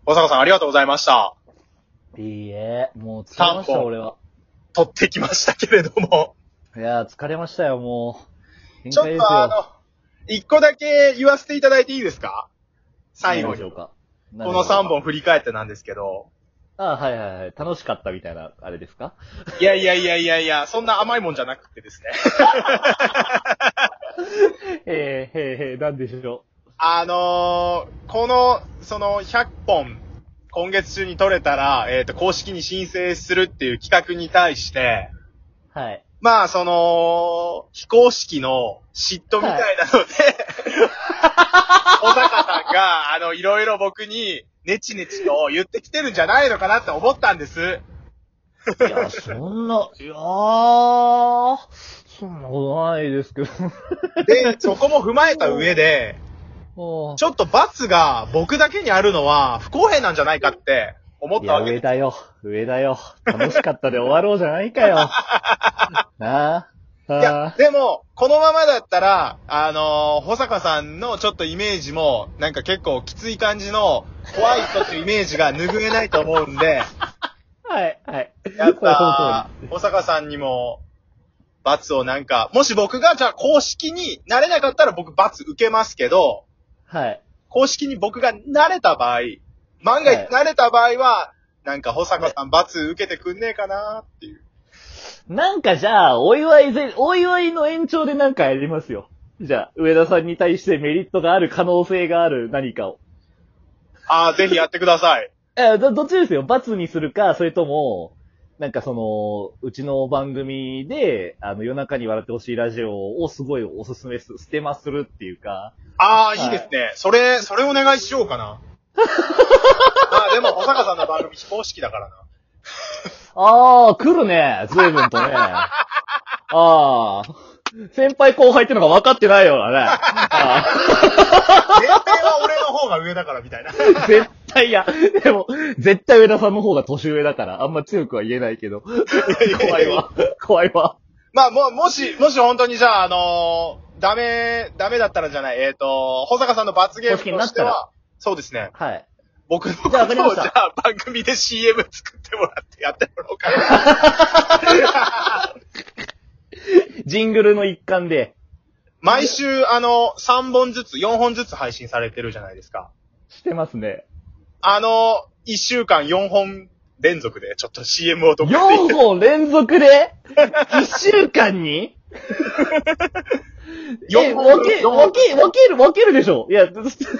小坂さんありがとうございました。 いいえ、もう疲れました、俺は。 取ってきましたけれども。 いやー、疲れましたよ、もう。 ちょっと一個だけ言わせていただいていいですか？最後に。この3本振り返ってなんですけど。 はいはいはい。楽しかったみたいな、あれですか？ いや、そんな甘いもんじゃなくてですね。 なんでしょう。 その100本、今月中に取れたら、公式に申請するっていう企画に対して、 はい。 まあ、非公式の嫉妬みたいなので、小坂さんが、いろいろ僕に、ネチネチと言ってきてるんじゃないのかなって思ったんです。 いや、そんなことないですけど。 で、そこも踏まえた上で、ちょっと罰が僕だけにあるのは不公平なんじゃないかって思ったわけです。 いや、上だよ。楽しかったで終わろうじゃないかよ。なあ。 いや、でも、このままだったら、保坂さんのちょっとイメージも、なんか結構きつい感じの、怖い人っていうイメージが拭えないと思うんで、 はい。 やっぱ、保坂さんにも、罰をなんか、もし僕がじゃあ公式になれなかったら僕罰受けますけど、 はい。 公式に僕がなれた場合、万が一なれた場合は、なんか保坂さん罰受けてくんねえかなっていう。 なんかじゃあ、お祝いの延長でなんかやりますよ。じゃあ、上田さんに対してメリットがある可能性がある何かを。 ぜひやってください。 どっちですよ。罰にするか、それとも、なんかうちの番組で、夜中に笑ってほしいラジオをすごいおすすめステマするっていうか。 いいですね。それお願いしようかな。でも、保坂さんの番組非公式だからな。 来るね。随分とね。先輩後輩ってのが分かってないようだね。 年齢は俺の方が上だからみたいな。 絶対でも、絶対上田さんの方が年上だから、あんま強くは言えないけど。怖いわ。 まあ、もし本当にじゃあ、ダメだったらじゃない、保坂さんの罰ゲームとしては、そうですね。 はい。 僕のことをじゃあ番組で CM 作ってもらってやってもらおうかな。 ジングルの一環で。 毎週3本ずつ、4本ずつ配信されてるじゃないですか。 してますね。 1週間4本連続でちょっと CM を撮って 4本連続で ?1 週間に分けるでしょ。いや、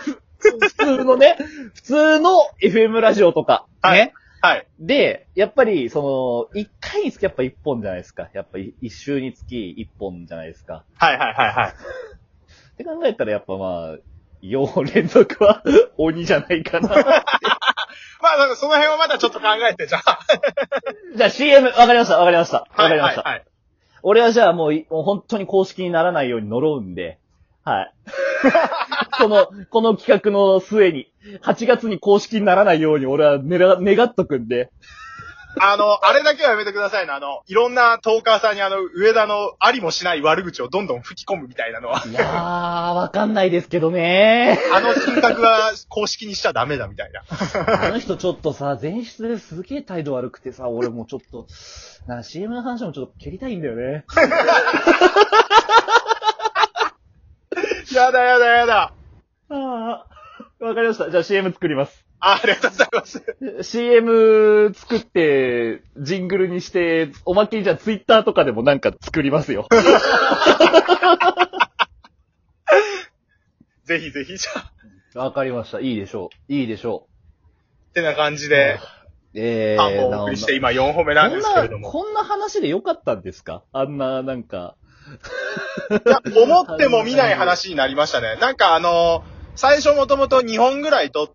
普通の FM ラジオとか。ね。 はい。 で、やっぱり、1回につきやっぱ1本じゃないですか。やっぱ1週につき1本じゃないですか。 はい。 って考えたらやっぱ4本連続は鬼じゃないかな。 まあ、その辺はまだちょっと考えて、じゃあ。 じゃあ CM、わかりました。 はい。 俺はじゃあもう本当に公式にならないように呪うんで、はい。この企画の末に、8月に公式にならないように俺は願っとくんで。 あれだけはやめてくださいね。いろんなトーカーさんに上田のありもしない悪口をどんどん吹き込むみたいなのは。 いやー、わかんないですけどね。 人格は公式にしちゃダメだみたいな。 あの人ちょっとさ、前室ですげえ態度悪くてさ、俺もちょっと、CM の話もちょっと蹴りたいんだよね。 やだ。 わかりました。じゃあ CM 作ります。 ありがとうございます。 CM 作って、ジングルにして、おまけにじゃあ Twitter とかでもなんか作りますよ。 ぜひじゃあ。わかりました。いいでしょう。 ってな感じで、3本お送りして今4本目なんですけれども。 こんな話でよかったんですか？あんな、なんか。 いや、思っても見ない話になりましたね。なんか最初もともと2本ぐらい撮って、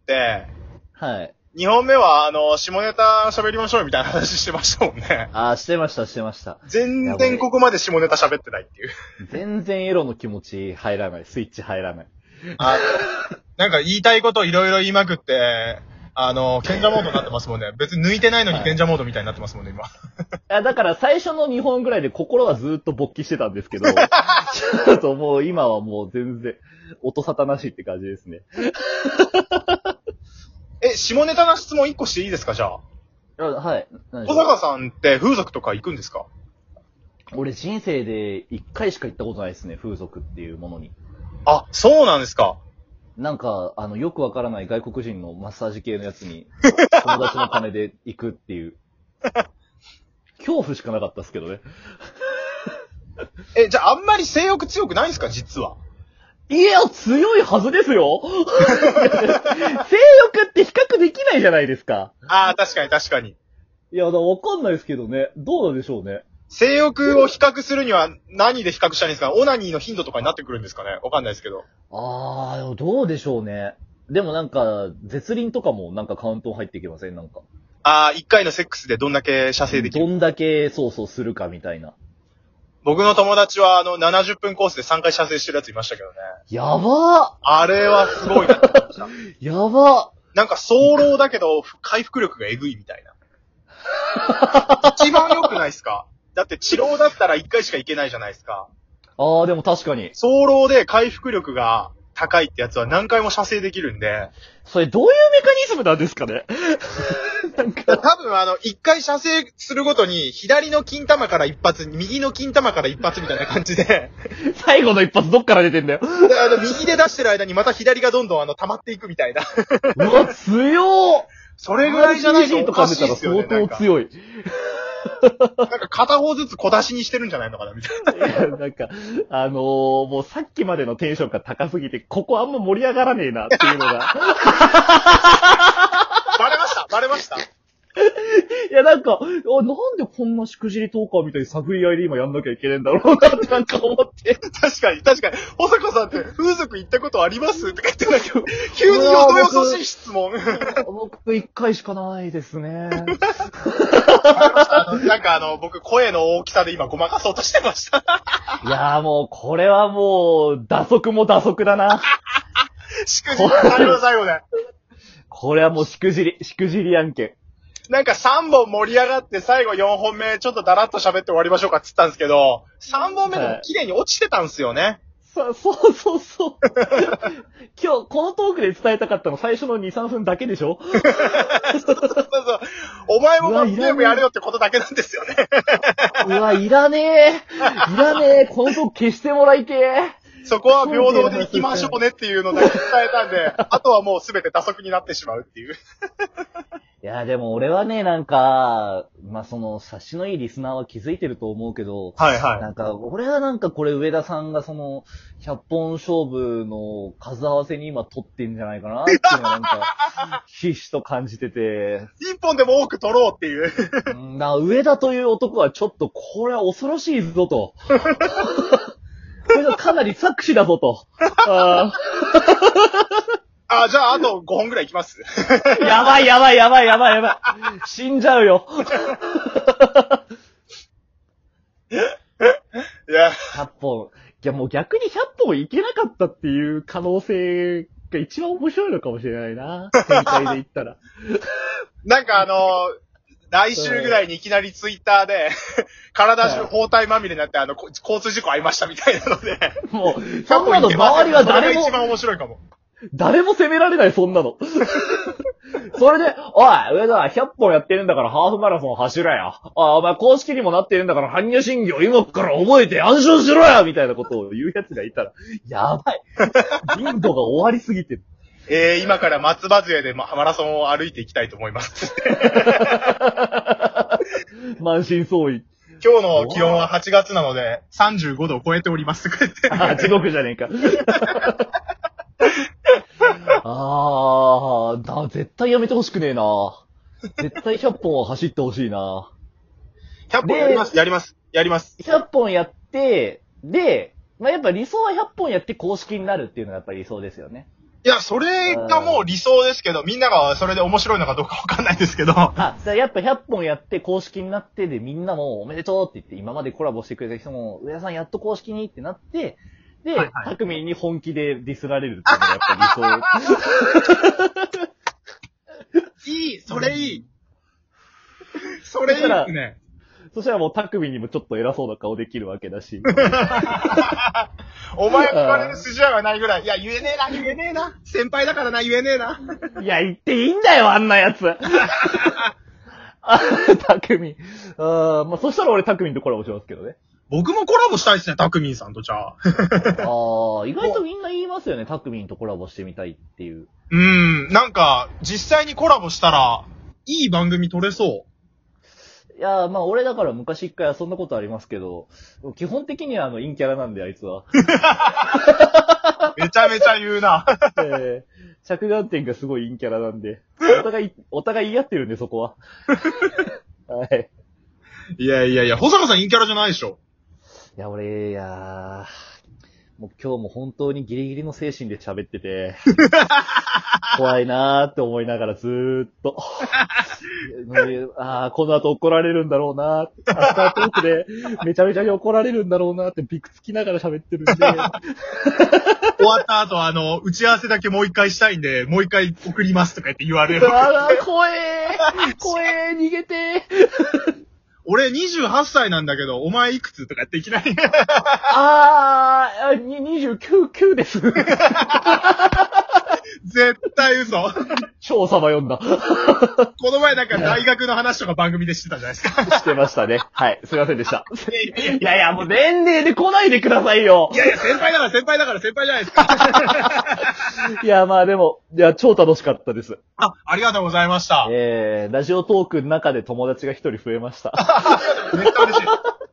はい。 2本目は下ネタ喋りましょうみたいな話してましたもんね。 してました。 全然ここまで下ネタ喋ってないっていう。 全然エロの気持ち入らない。スイッチ入らない。 なんか言いたいこといろいろ言いまくって、賢者モードになってますもんね。別に抜いてないのに賢者モードみたいになってますもんね、今。 だから最初の2本ぐらいで心はずっと勃起してたんですけど、ちょっともう今はもう全然音沙汰なしって感じですね。 下ネタな質問1個していいですか、じゃあ。 はい。 小坂さんって風俗とか行くんですか？ 俺人生で1回しか行ったことないですね、風俗っていうものに。 あ、そうなんですか。 なんか、よくわからない外国人のマッサージ系のやつに、友達の金で行くっていう。恐怖しかなかったですけどね。 じゃああんまり性欲強くないんですか、実は。 いや、強いはずですよ。性欲って比較できないじゃないですか。 ああ、確かに確かに。 いや、わかんないですけどね。どうなんでしょうね。 性欲を比較するには何で比較したらいいんですか？オナニーの頻度とかになってくるんですかね？わかんないですけど。 でもどうでしょうね。でもなんか、絶倫とかもなんかカウント入ってきません？なんか。 ああ、1回のセックスでどんだけ射精できる？ どんだけ、そうするかみたいな。 僕の友達は70分コースで3回射精してるやついましたけどね。 やばあれはすごいなって思いました。 やばなんか早漏だけど回復力がえぐいみたいな。一番良くないですか？だって治療だったら1回しかいけないじゃないですか。 でも確かに。 早漏で回復力が高いってやつは何回も射精できるんで。 それどういうメカニズムなんですかね？なんか多分1回射精するごとに左の金玉から一発、右の金玉から一発みたいな感じで。 最後の一発どっから出てんだよ。 右で出してる間にまた左がどんどん溜まっていくみたいな。 うわ、強っ！ それぐらいじゃないと RPG とか出たら相当強い。 なんか片方ずつ小出しにしてるんじゃないのかなみたいな。 いや、なんか、もうさっきまでのテンションが高すぎて、ここあんま盛り上がらねえなっていうのが。 バレました。 いや、なんか、なんでこんなしくじりトーカーみたいに探り合いで今やんなきゃいけねえんだろうなってなんか思って。 確かに。保坂さんって風俗行ったことありますとか言ってなんか、急によどよそしい質問。 僕一回しかないですね。 なんか僕声の大きさで今ごまかそうとしてました。 いやーもう、これはもう、打足も打足だな。 しくじり最後で。 これはもうしくじり案件。 なんか3本盛り上がって最後4本目ちょっとだらっと喋って終わりましょうかっつったんですけど、3本目でも綺麗に落ちてたんですよね。 そう。今日、このトークで伝えたかったの最初の2、3分だけでしょ？ そう。お前も罰ゲームやるよってことだけなんですよね。 うわ、いらねえ。このトーク消してもらいてえ。 そこは平等で行きましょうねっていうのだけ伝えたんで、あとはもうすべて打足になってしまうっていう。 いや、でも俺はね、なんか、察しのいいリスナーは気づいてると思うけど、 はいはい。 なんか、俺はなんかこれ上田さんが100本勝負の数合わせに今取ってんじゃないかなっていうのはなんか、ひしひしと感じてて。 一本でも多く取ろうっていう。 上田という男はちょっと、これは恐ろしいぞと。これはかなり作詞だぞと。 じゃああと5本ぐらい行きます。 やばい。死んじゃうよ。 いや。 100本。いやもう逆に100本いけなかったっていう可能性が一番面白いのかもしれないな。展開で言ったら。 なんか来週ぐらいにいきなりツイッターで、体中包帯まみれになって交通事故遭いましたみたいなので。 もう、そんなの周りは誰も。 それが一番面白いかも。 誰も責められない、そんなの。それで、おい、上田、100本やってるんだからハーフマラソン走れよ。お前公式にもなってるんだから般若心経今から覚えて暗唱しろよみたいなことを言う奴がいたら、やばい。頻度が終わりすぎてる。 今から松葉杖でマラソンを歩いていきたいと思います。 満身創痍。 今日の気温は8月なので、35度を超えておりますとか言って。 地獄じゃねえか。絶対やめてほしくねえな。絶対100本は走ってほしいな。 100本やります。 100本やって、で、やっぱ理想は100本やって公式になるっていうのがやっぱり理想ですよね。 いや、それがもう理想ですけど、みんながそれで面白いのかどうかわかんないですけど。 やっぱ100本やって公式になってでみんなもおめでとうって言って今までコラボしてくれた人も上田さんやっと公式にってなって、で、タクミンに本気でディスられるっていうのがやっぱ理想。 それいいですね。 そしたらもう匠にもちょっと偉そうな顔できるわけだし。 お前に言われる筋合いはないぐらい。いや、言えねえな。先輩だからな、言えねえな。 いや、言っていいんだよ、あんなやつ。匠。まあ、そしたら俺匠とコラボしますけどね。 僕もコラボしたいですね、たくみんさんとじゃあ。 意外とみんな言いますよね、匠とコラボしてみたいっていう。 なんか、実際にコラボしたら、いい番組撮れそう。 いや、まあ俺だから昔一回遊んだことありますけど、基本的には陰キャラなんであいつは。 めちゃめちゃ言うな。 着眼点がすごい陰キャラなんで、お互い言い合ってるんでそこは。はい。 いや、保坂さん陰キャラじゃないでしょ。 いや、俺、もう今日も本当にギリギリの精神で喋ってて、怖いなーって思いながらずーっと、この後怒られるんだろうなーって、アフタートークでめちゃめちゃに怒られるんだろうなーってビクつきながら喋ってるんで。終わった後、打ち合わせだけもう一回したいんで、もう一回送りますとか言って言われる。 怖えー、逃げてー。 俺28歳なんだけど、お前いくつとかっていきなり。 29です。 絶対嘘。 超サバ読んだ。 この前なんか大学の話とか番組でしてたじゃないですか。 してましたね。はい。すいませんでした。いや、もう年齢で来ないでくださいよ。 いや、先輩じゃないですか。 いや、まあでも、超楽しかったです。 ありがとうございました。 ラジオトークの中で友達が一人増えました。 めっちゃ嬉しい。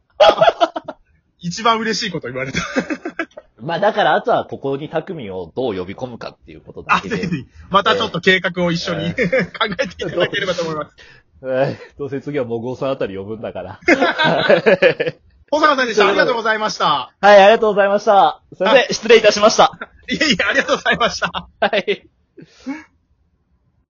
一番嬉しいこと言われた。 まあだからあとはここに匠をどう呼び込むかっていうことだけで。 またちょっと計画を一緒に考えていただければと思います。 どうせ次はもごさんあたり呼ぶんだから。 保坂さんでした。ありがとうございました。 はい、ありがとうございました。すいません、失礼いたしました。 いえいえ、ありがとうございました。 はい。